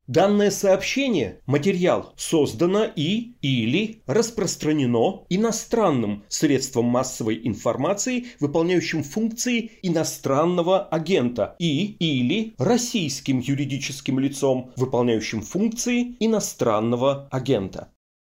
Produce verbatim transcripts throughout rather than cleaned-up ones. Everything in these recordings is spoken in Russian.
Данное сообщение, материал, создано и или распространено иностранным средством массовой информации, выполняющим функции иностранного агента, и или российским юридическим лицом, выполняющим функции иностранного агента.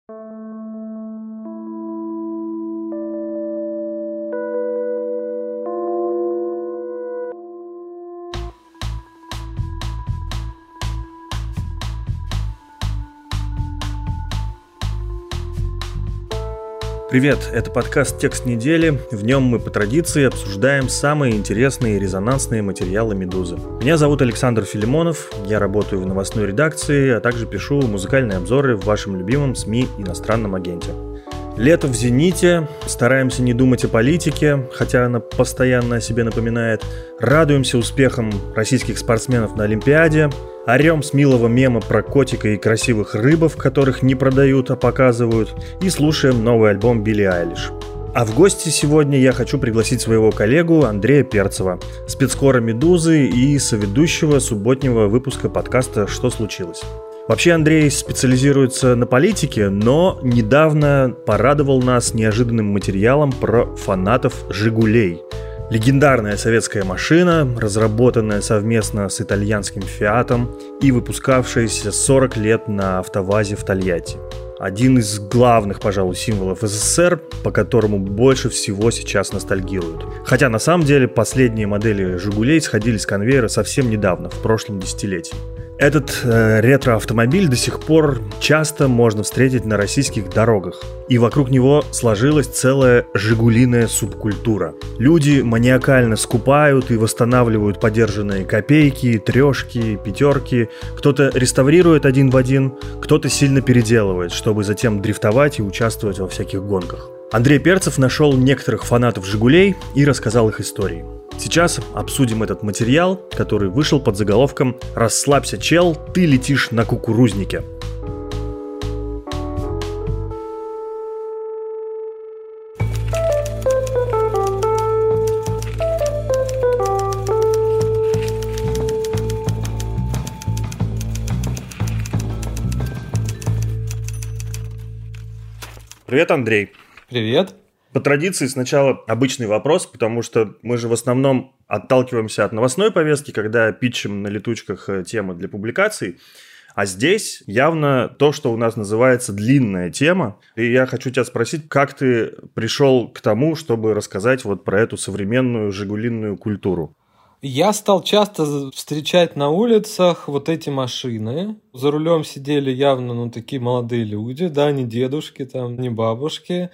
Привет, это подкаст «Текст недели». В нем мы по традиции обсуждаем самые интересные и резонансные материалы «Медузы». Меня зовут Александр Филимонов, я работаю в новостной редакции, а также пишу музыкальные обзоры в вашем любимом СМИ «Иностранном агенте». Лето в зените, стараемся не думать о политике, хотя она постоянно о себе напоминает. Радуемся успехам российских спортсменов на Олимпиаде. Орем с милого мема про котика и красивых рыбов, которых не продают, а показывают. И слушаем новый альбом Билли Айлиш. А в гости сегодня я хочу пригласить своего коллегу Андрея Перцева, спецкора «Медузы» и соведущего субботнего выпуска подкаста «Что случилось?». Вообще Андрей специализируется на политике, но недавно порадовал нас неожиданным материалом про фанатов «Жигулей». Легендарная советская машина, разработанная совместно с итальянским «Фиатом» и выпускавшаяся сорок лет на автовазе в Тольятти. Один из главных, пожалуй, символов СССР, по которому больше всего сейчас ностальгируют. Хотя на самом деле последние модели «Жигулей» сходили с конвейера совсем недавно, в прошлом десятилетии. Этот э, ретро-автомобиль до сих пор часто можно встретить на российских дорогах. И вокруг него сложилась целая жигулиная субкультура. Люди маниакально скупают и восстанавливают подержанные копейки, трешки, пятерки. Кто-то реставрирует один в один, кто-то сильно переделывает, чтобы затем дрифтовать и участвовать во всяких гонках. Андрей Перцев нашел некоторых фанатов «Жигулей» и рассказал их истории. Сейчас обсудим этот материал, который вышел под заголовком «Расслабься, чел, ты летишь на кукурузнике». Привет, Андрей. Привет. По традиции сначала обычный вопрос, потому что мы же в основном отталкиваемся от новостной повестки, когда питчим на летучках темы для публикаций. А здесь явно то, что у нас называется длинная тема. И я хочу тебя спросить, как ты пришел к тому, чтобы рассказать вот про эту современную жигулинную культуру? Я стал часто встречать на улицах вот эти машины. За рулем сидели явно ну, такие молодые люди, да, не дедушки, там, не бабушки,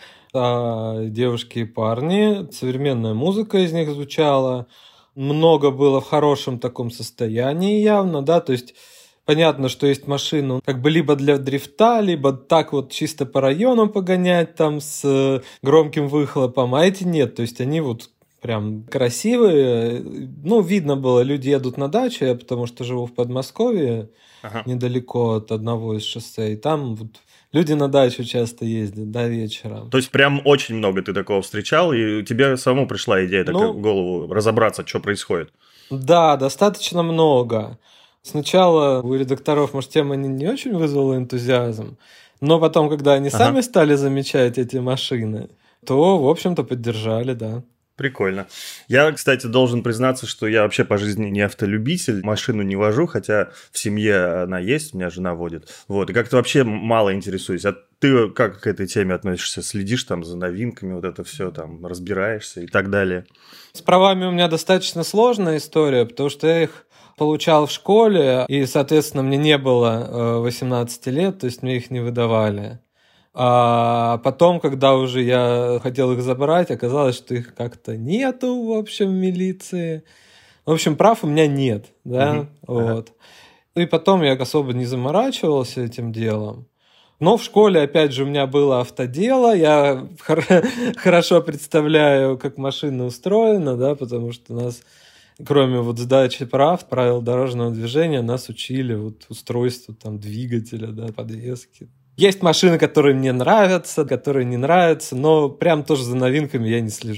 а девушки и парни. Современная музыка из них звучала. Много было в хорошем таком состоянии явно, да, то есть понятно, что есть машины как бы либо для дрифта, либо так вот чисто по району погонять там с громким выхлопом, а эти нет, то есть они вот прям красивые. Ну, видно было, люди едут на дачу, я потому что живу в Подмосковье, ага. недалеко от одного из шоссе, и там вот люди на дачу часто ездят до вечера. То есть прям очень много ты такого встречал, и тебе самому пришла идея такая ну, в голову разобраться, что происходит? Да, достаточно много. Сначала у редакторов, может, тема не, не очень вызвала энтузиазм, но потом, когда они ага. сами стали замечать эти машины, то, в общем-то, поддержали, да. Прикольно. Я, кстати, должен признаться, что я вообще по жизни не автолюбитель, машину не вожу, хотя в семье она есть, у меня жена водит. Вот, и как-то вообще мало интересуюсь. А ты как к этой теме относишься? Следишь там за новинками, вот это все там, разбираешься и так далее? С правами у меня достаточно сложная история, потому что я их получал в школе, и, соответственно, мне не было восемнадцати лет, то есть мне их не выдавали. А потом, когда уже я хотел их забрать, оказалось, что их как-то нету, в общем, в милиции. В общем, прав у меня нет, да, uh-huh. вот. И потом я особо не заморачивался этим делом. Но в школе, опять же, у меня было автодело, я хорошо представляю, как машина устроена, да, потому что нас, кроме вот сдачи прав, правил дорожного движения, нас учили вот устройству там двигателя, да, подвески. Есть машины, которые мне нравятся, которые не нравятся, но прям тоже за новинками я не слежу.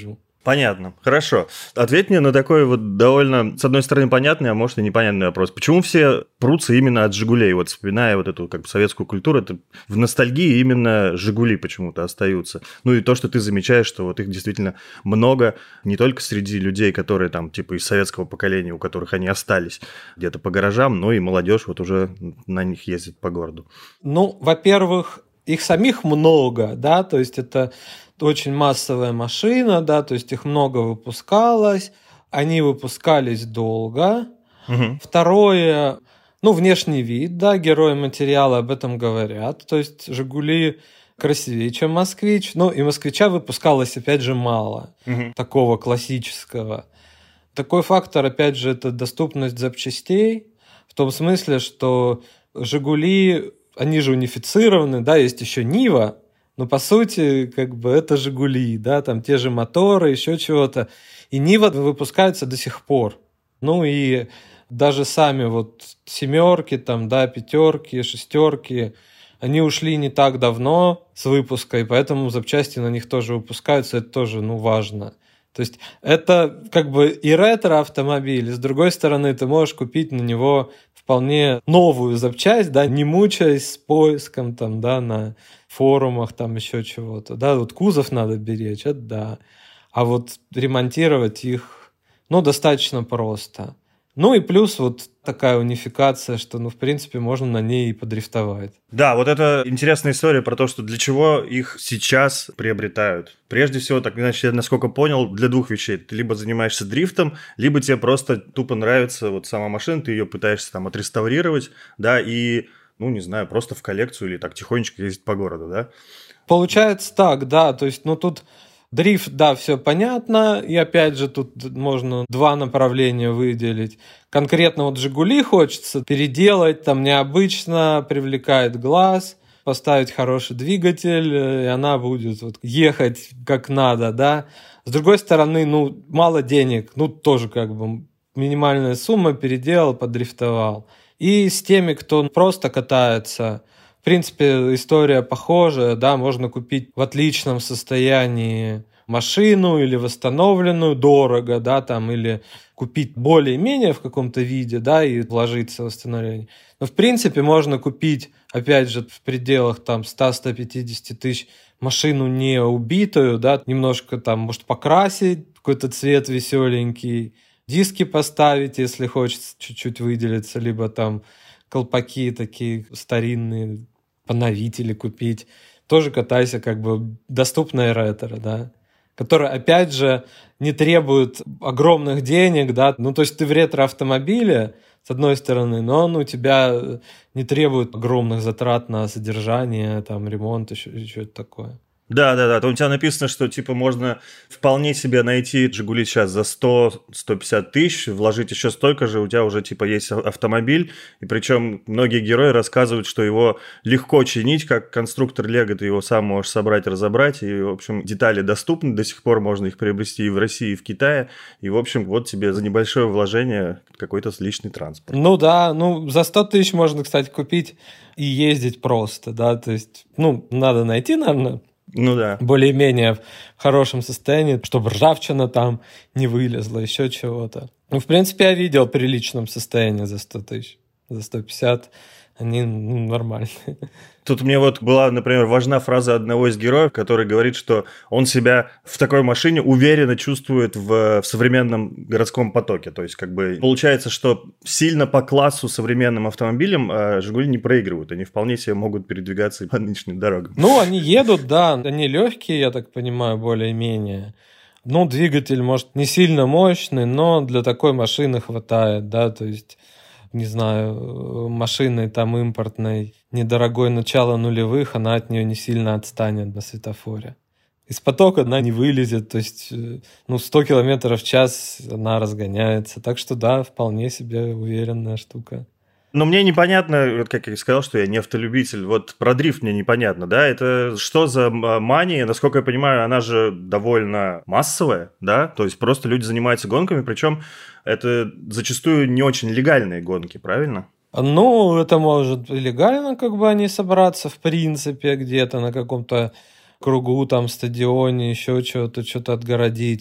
Понятно. Хорошо. Ответь мне на такой вот довольно, с одной стороны, понятный, а может и непонятный вопрос. Почему все прутся именно от «Жигулей»? Вот вспоминая вот эту как бы советскую культуру, это в ностальгии именно «Жигули» почему-то остаются. Ну и то, что ты замечаешь, что вот их действительно много, не только среди людей, которые там типа из советского поколения, у которых они остались где-то по гаражам, но и молодежь вот уже на них ездит по городу. Ну, во-первых, их самих много, да, то есть это очень массовая машина, да, то есть их много выпускалось, они выпускались долго. Угу. Второе, ну, внешний вид, да, герои материала об этом говорят, то есть «Жигули» красивее, чем «Москвич», ну, и «Москвича» выпускалось, опять же, мало, угу. такого классического. Такой фактор, опять же, это доступность запчастей, в том смысле, что «Жигули», они же унифицированы, да, есть еще «Нива», но по сути, как бы это «Жигули», да, там те же моторы, еще чего-то. И «Нива» выпускаются до сих пор. Ну и даже сами вот семерки, там, да, пятерки, шестерки, они ушли не так давно с выпуска, и поэтому запчасти на них тоже выпускаются, это тоже, ну, важно. То есть это как бы и ретро-автомобиль, и с другой стороны ты можешь купить на него вполне новую запчасть, да, не мучаясь с поиском там, да, на форумах, там еще чего-то. Да, вот кузов надо беречь, это да. А вот ремонтировать их, ну, достаточно просто. Ну и плюс вот такая унификация, что, ну, в принципе, можно на ней и подрифтовать. Да, вот это интересная история про то, что для чего их сейчас приобретают. Прежде всего, так иначе, я насколько понял, для двух вещей. Ты либо занимаешься дрифтом, либо тебе просто тупо нравится вот сама машина, ты ее пытаешься там отреставрировать, да, и, ну, не знаю, просто в коллекцию или так тихонечко ездить по городу, да? Получается так, да, то есть, ну, тут... Дрифт, да, все понятно, и опять же тут можно два направления выделить. Конкретно вот «Жигули» хочется переделать, там необычно, привлекает глаз, поставить хороший двигатель, и она будет вот ехать как надо, да. С другой стороны, ну, мало денег, ну, тоже как бы минимальная сумма, переделал, подрифтовал. И с теми, кто просто катается... В принципе, история похожая, да, можно купить в отличном состоянии машину или восстановленную дорого, да, там, или купить более-менее в каком-то виде, да, и вложиться в восстановление. Но, в принципе, можно купить, опять же, в пределах там сто - сто пятьдесят тысяч машину не убитую, да, немножко там, может, покрасить, какой-то цвет веселенький, диски поставить, если хочется чуть-чуть выделиться, либо там колпаки такие старинные, поновители купить. Тоже катайся, как бы доступное ретро, да, которое, опять же, не требует огромных денег, да, ну, то есть ты в ретро-автомобиле, с одной стороны, но он у тебя не требует огромных затрат на содержание, там, ремонт, еще, еще что-то такое. Да, да, да. То у тебя написано, что типа можно вполне себе найти «Жигули» сейчас за сто - сто пятьдесят тысяч, вложить еще столько же, у тебя уже типа есть автомобиль. И причем многие герои рассказывают, что его легко чинить, как конструктор Лего, ты его сам можешь собрать, разобрать. И, в общем, детали доступны, до сих пор можно их приобрести и в России, и в Китае. И, в общем, вот тебе за небольшое вложение какой-то личный транспорт. Ну да, ну за сто тысяч можно, кстати, купить и ездить просто, да, то есть, ну, надо найти, наверное, Ну да. более-менее в хорошем состоянии, чтобы ржавчина там не вылезла, еще чего-то. Ну, в принципе, я видел в приличном состоянии за сто тысяч, за сто пятьдесят. Они, ну, нормальные. Тут мне вот была, например, важна фраза одного из героев, который говорит, что он себя в такой машине уверенно чувствует в, в современном городском потоке. То есть, как бы, получается, что сильно по классу современным автомобилям а «Жигули» не проигрывают. Они вполне себе могут передвигаться по нынешним дорогам. Ну, они едут, да, они легкие, я так понимаю, более-менее. Ну, двигатель, может, не сильно мощный, но для такой машины хватает, да, то есть... не знаю, машиной там импортной, недорогой начала нулевых, она от нее не сильно отстанет на светофоре. Из потока она не вылезет, то есть, ну, сто километров в час она разгоняется. Так что, да, вполне себе уверенная штука. Но мне непонятно, вот как я сказал, что я не автолюбитель, вот про дрифт мне непонятно, да, это что за мания, насколько я понимаю, она же довольно массовая, да, то есть просто люди занимаются гонками, причем это зачастую не очень легальные гонки, правильно? Ну, это может легально как бы они собраться, в принципе, где-то на каком-то кругу, там, стадионе, еще что-то, что-то отгородить.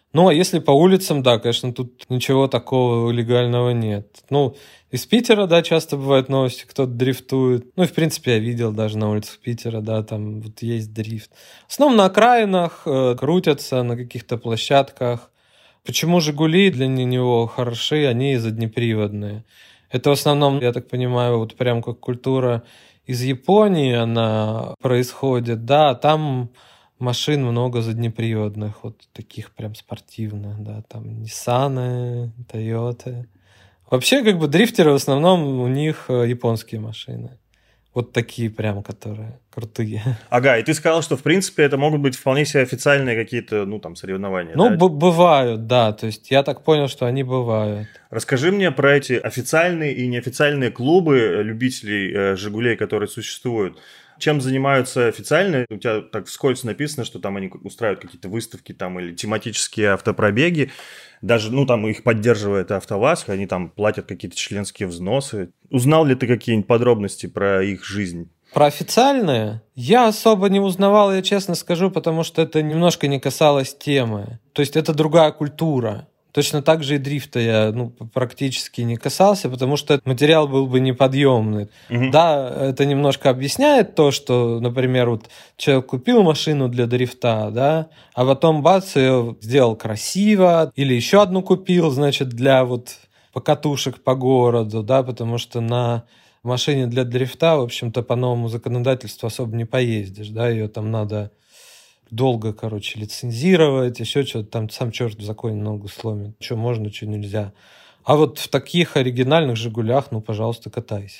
Ну, а если по улицам, да, конечно, тут ничего такого легального нет. Ну, из Питера, да, часто бывают новости, кто-то дрифтует. Ну, и, в принципе, я видел даже на улицах Питера, да, там вот есть дрифт. В основном на окраинах э, крутятся, на каких-то площадках. Почему «Жигули» для него хороши? Они заднеприводные. Это в основном, я так понимаю, вот прям как культура из Японии она происходит, да, там машин много заднеприводных, вот таких прям спортивных, да, там Ниссаны, Тойоты. Вообще, как бы дрифтеры в основном у них японские машины. Вот такие прям, которые крутые. Ага, и ты сказал, что, в принципе, это могут быть вполне себе официальные какие-то, ну, там, соревнования, Ну, да? б- бывают, да, то есть я так понял, что они бывают. Расскажи мне про эти официальные и неофициальные клубы любителей э, «Жигулей», которые существуют. Чем занимаются официальные? У тебя так вскользь написано, что там они устраивают какие-то выставки там или тематические автопробеги. Даже, ну, там их поддерживает АвтоВАЗ, они там платят какие-то членские взносы. Узнал ли ты какие-нибудь подробности про их жизнь? Про официальные я особо не узнавал, я честно скажу, потому что это немножко не касалось темы. То есть это другая культура. Точно так же и дрифта я ну, практически не касался, потому что этот материал был бы неподъемный. Угу. Да, это немножко объясняет то, что, например, вот человек купил машину для дрифта, да, а потом бац, ее сделал красиво, или еще одну купил, значит, для вот покатушек по городу, да, потому что на машине для дрифта, в общем-то, по новому законодательству особо не поездишь, да, ее там надо долго, короче, лицензировать, еще что-то там, сам черт в законе ногу сломит, что можно, что нельзя. А вот в таких оригинальных «Жигулях», ну, пожалуйста, катайся.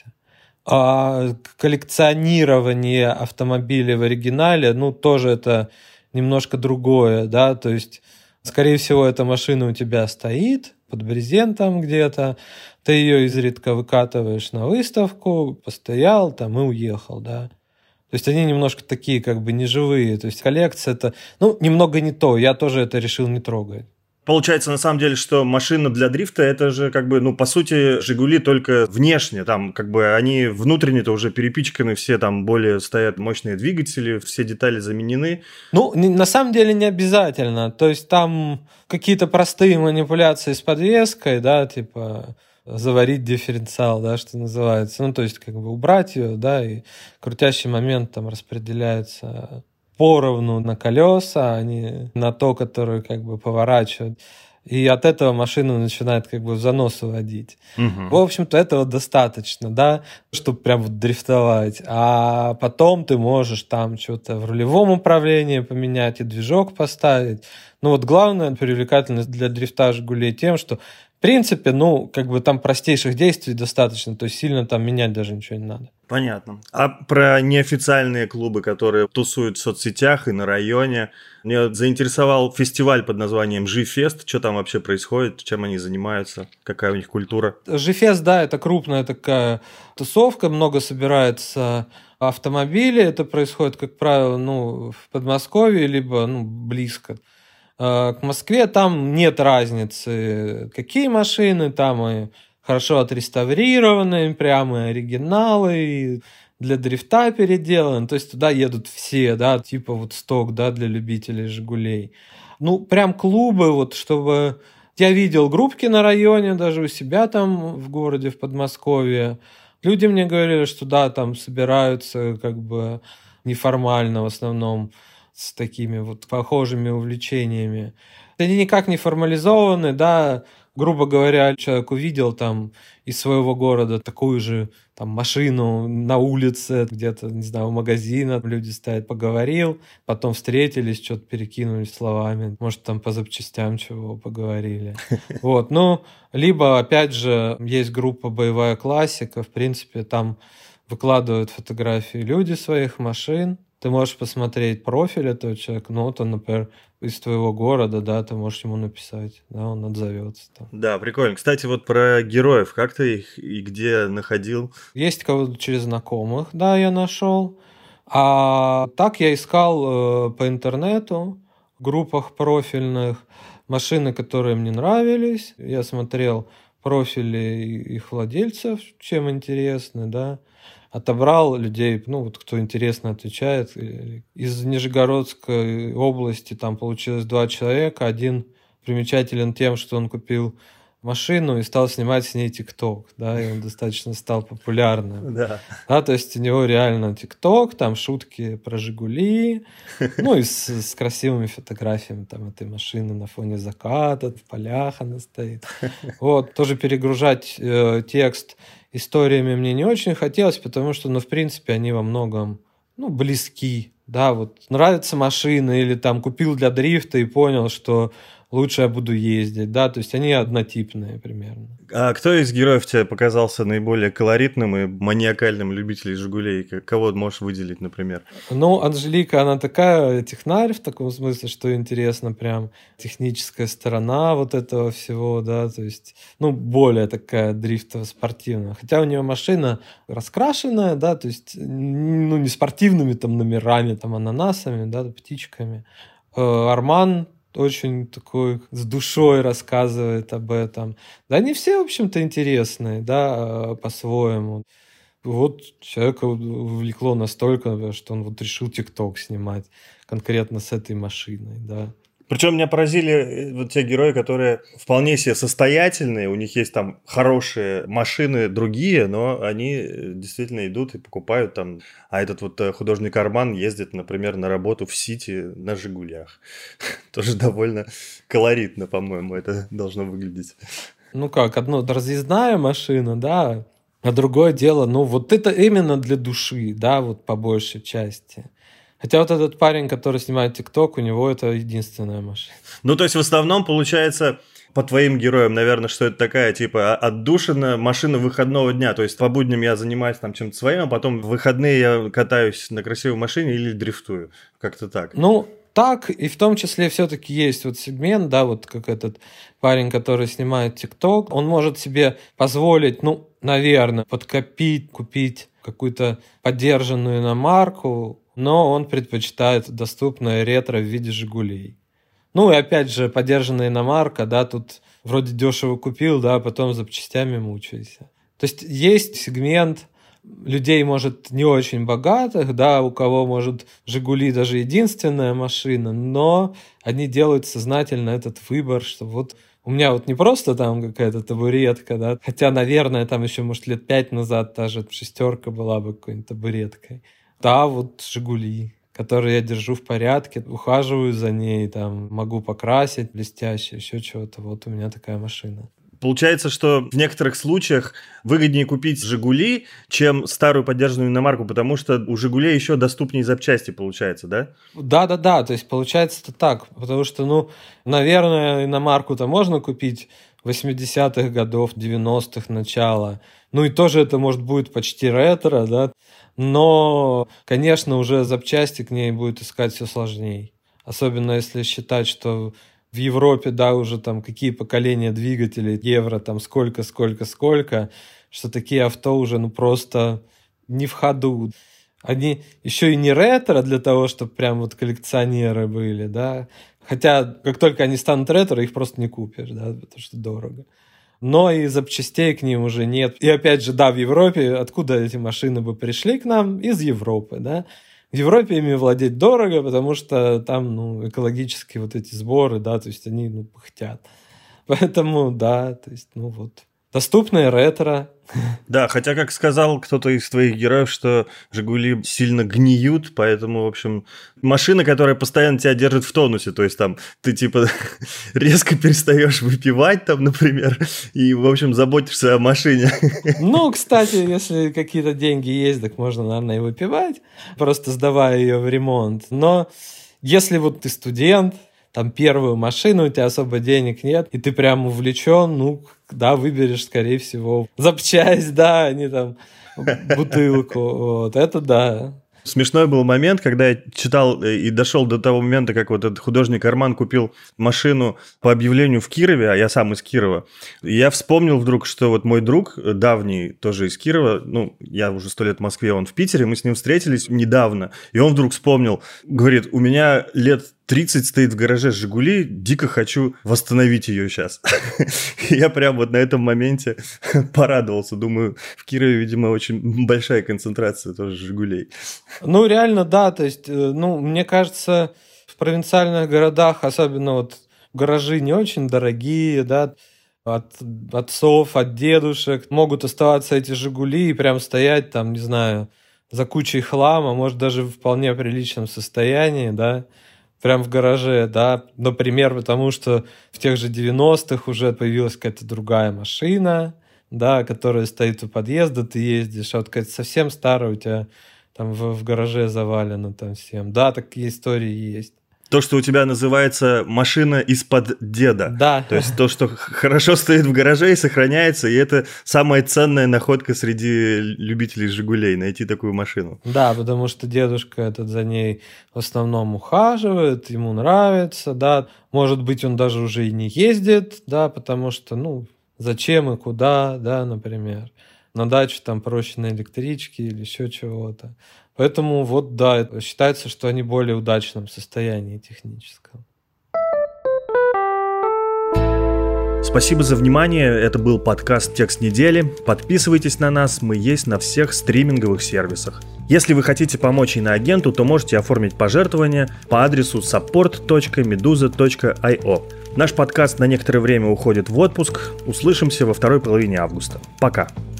А коллекционирование автомобилей в оригинале, ну, тоже это немножко другое, да, то есть, скорее всего, эта машина у тебя стоит под брезентом где-то, ты ее изредка выкатываешь на выставку, постоял там и уехал, да. То есть они немножко такие как бы неживые. То есть коллекция это, ну, немного не то. Я тоже это решил не трогать. Получается, на самом деле, что машина для дрифта, это же как бы, ну, по сути, «Жигули» только внешне. Там как бы они внутренне-то уже перепичканы, все там более стоят мощные двигатели, все детали заменены. Ну, на самом деле не обязательно. То есть там какие-то простые манипуляции с подвеской, да, типа заварить дифференциал, да, что называется. Ну, то есть, как бы убрать ее, да, и крутящий момент там распределяется поровну на колеса, а не на то, которое как бы поворачивает. И от этого машина начинает как бы в занос уводить. Угу. В общем-то, этого достаточно, да, чтобы прям вот дрифтовать. А потом ты можешь там что-то в рулевом управлении поменять и движок поставить. Ну вот главная привлекательность для дрифта «Жигулей» тем, что в принципе, ну, как бы там простейших действий достаточно, то есть сильно там менять даже ничего не надо. Понятно. А про неофициальные клубы, которые тусуют в соцсетях и на районе, меня заинтересовал фестиваль под названием «Жи-фест». Что там вообще происходит, чем они занимаются, какая у них культура? «Жи-фест», да, это крупная такая тусовка, много собирается автомобилей, это происходит, как правило, ну, в Подмосковье, либо ну, близко к Москве. Там нет разницы, какие машины, там и хорошо отреставрированные, прямо оригиналы, и для дрифта переделаны. То есть туда едут все, да, типа вот сток, да, для любителей «Жигулей». Ну, прям клубы, вот чтобы... Я видел группки на районе, даже у себя там в городе, в Подмосковье. Люди мне говорили, что да, там собираются как бы неформально в основном, с такими вот похожими увлечениями. Они никак не формализованы, да, грубо говоря, человек увидел там из своего города такую же там машину на улице, где-то, не знаю, у магазина, люди стоят, поговорил, потом встретились, что-то перекинулись словами, может, там по запчастям чего поговорили. Вот, ну, либо, опять же, есть группа «Боевая классика», в принципе, там выкладывают фотографии люди своих машин, ты можешь посмотреть профиль этого человека, ну, вот он, например, из твоего города, да, ты можешь ему написать, да, он отзовется. Там. Да, прикольно. Кстати, вот про героев, как ты их и где находил? Есть кого-то через знакомых, да, я нашел. А так я искал э, по интернету, в группах профильных, машины, которые мне нравились. Я смотрел профили их владельцев, чем интересны, да. Отобрал людей, ну, вот кто интересно отвечает. Из Нижегородской области там получилось два человека. Один примечателен тем, что он купил машину и стал снимать с ней ТикТок, да, и он достаточно стал популярным. Да. Да, то есть у него реально ТикТок, там шутки про «Жигули», ну и с, с красивыми фотографиями там этой машины на фоне заката, в полях она стоит. Вот, тоже перегружать э, текст историями мне не очень хотелось, потому что, ну, в принципе, они во многом, ну, близки, да, вот нравится машина или там купил для дрифта и понял, что лучше я буду ездить, да, то есть они однотипные примерно. А кто из героев тебе показался наиболее колоритным и маниакальным любителем «Жигулей»? Кого можешь выделить, например? Ну, Анжелика, она такая технарь в таком смысле, что интересно прям техническая сторона вот этого всего, да, то есть, ну, более такая дрифтово-спортивная. Хотя у нее машина раскрашенная, да, то есть, ну, не спортивными там номерами, там, ананасами, да, птичками. Арман очень такой с душой рассказывает об этом. Да, они все, в общем-то, интересные, да, по-своему. Вот человека увлекло настолько, что он вот решил ТикТок снимать конкретно с этой машиной, да. Причем меня поразили вот те герои, которые вполне себе состоятельные, у них есть там хорошие машины другие, но они действительно идут и покупают там. А этот вот художник Арман ездит, например, на работу в Сити на «Жигулях». Тоже довольно колоритно, по-моему, это должно выглядеть. Ну как, одно разъездная машина, да, а другое дело, ну вот это именно для души, да, вот по большей части. Хотя вот этот парень, который снимает ТикТок, у него это единственная машина. Ну, то есть, в основном, получается, по твоим героям, наверное, что это такая, типа, отдушина машина выходного дня. То есть, по будням я занимаюсь там чем-то своим, а потом в выходные я катаюсь на красивой машине или дрифтую. Как-то так. Ну, так, и в том числе все-таки есть вот сегмент, да, вот как этот парень, который снимает ТикТок, он может себе позволить, ну, наверное, подкопить, купить какую-то подержанную иномарку, но он предпочитает доступное ретро в виде «Жигулей». Ну и опять же, подержанная иномарка, да, тут вроде дешево купил, да, а потом запчастями мучайся. То есть есть сегмент людей, может, не очень богатых, да, у кого, может, «Жигули» даже единственная машина, но они делают сознательно этот выбор, что вот у меня вот не просто там какая-то табуретка, да, хотя, наверное, там еще, может, лет пять назад та же шестерка была бы какой-нибудь табуреткой. Да, вот «Жигули», которые я держу в порядке, ухаживаю за ней, там, могу покрасить блестяще, еще чего-то. Вот у меня такая машина. Получается, что в некоторых случаях выгоднее купить «Жигули», чем старую подержанную иномарку, потому что у «Жигулей» еще доступнее запчасти, получается, да? Да-да-да, то есть получается это так, потому что, ну, наверное, иномарку-то можно купить восьмидесятых годов, девяностых начала, ну и тоже это может будет почти ретро, да, но, конечно, уже запчасти к ней будет искать все сложнее. Особенно если считать, что в Европе, да, уже там какие поколения двигателей, евро там сколько, сколько, сколько, что такие авто уже, ну, просто не в ходу. Они еще и не ретро для того, чтобы прям вот коллекционеры были, да. Хотя, как только они станут ретро, их просто не купишь, да, потому что дорого. Но и запчастей к ним уже нет. И опять же, да, в Европе, откуда эти машины бы пришли к нам? Из Европы, да. В Европе ими владеть дорого, потому что там, ну, экологические вот эти сборы, да, то есть они, ну, пыхтят. Поэтому, да, то есть, ну, вот. Доступное ретро. Да, хотя, как сказал кто-то из твоих героев, что «Жигули» сильно гниют, поэтому, в общем, машина, которая постоянно тебя держит в тонусе, то есть там ты, типа, резко перестаешь выпивать там, например, и, в общем, заботишься о машине. Ну, кстати, если какие-то деньги есть, так можно, наверное, и выпивать, просто сдавая ее в ремонт. Но если вот ты студент, там первую машину, у тебя особо денег нет, и ты прям увлечен, ну, да, выберешь, скорее всего, запчасть, да, а не там бутылку, вот, это да. Смешной был момент, когда я читал и дошел до того момента, как вот этот художник Арман купил машину по объявлению в Кирове, а я сам из Кирова. И я вспомнил вдруг, что вот мой друг давний, тоже из Кирова, ну, я уже сто лет в Москве, он в Питере, мы с ним встретились недавно, и он вдруг вспомнил, говорит, у меня лет тридцать стоит в гараже «Жигули», дико хочу восстановить ее сейчас. Я прям вот на этом моменте порадовался. Думаю, в Кирове, видимо, очень большая концентрация тоже «Жигулей». Ну, реально, да. То есть, ну, мне кажется, в провинциальных городах, особенно вот гаражи не очень дорогие, да, от отцов, от дедушек. Могут оставаться эти «Жигули» и прям стоять там, не знаю, за кучей хлама, может, даже в вполне приличном состоянии, да, прям в гараже, да, например, потому что в тех же девяностых уже появилась какая-то другая машина, да, которая стоит у подъезда, ты ездишь, а вот какая-то совсем старая у тебя там в, в гараже завалено там всем. Да, такие истории есть. То, что у тебя называется машина из-под деда. Да. То есть то, что хорошо стоит в гараже и сохраняется, и это самая ценная находка среди любителей «Жигулей» — найти такую машину. Да, потому что дедушка этот за ней в основном ухаживает, ему нравится, да. Может быть, он даже уже и не ездит, да, потому что, ну, зачем и куда, да, например. На дачу там проще на электричке или еще чего-то. Поэтому вот, да, считается, что они в более удачном состоянии техническом. Спасибо за внимание. Это был подкаст «Текст недели». Подписывайтесь на нас, мы есть на всех стриминговых сервисах. Если вы хотите помочь иноагенту, то можете оформить пожертвование по адресу support точка meduza точка io. Наш подкаст на некоторое время уходит в отпуск. Услышимся во второй половине августа. Пока.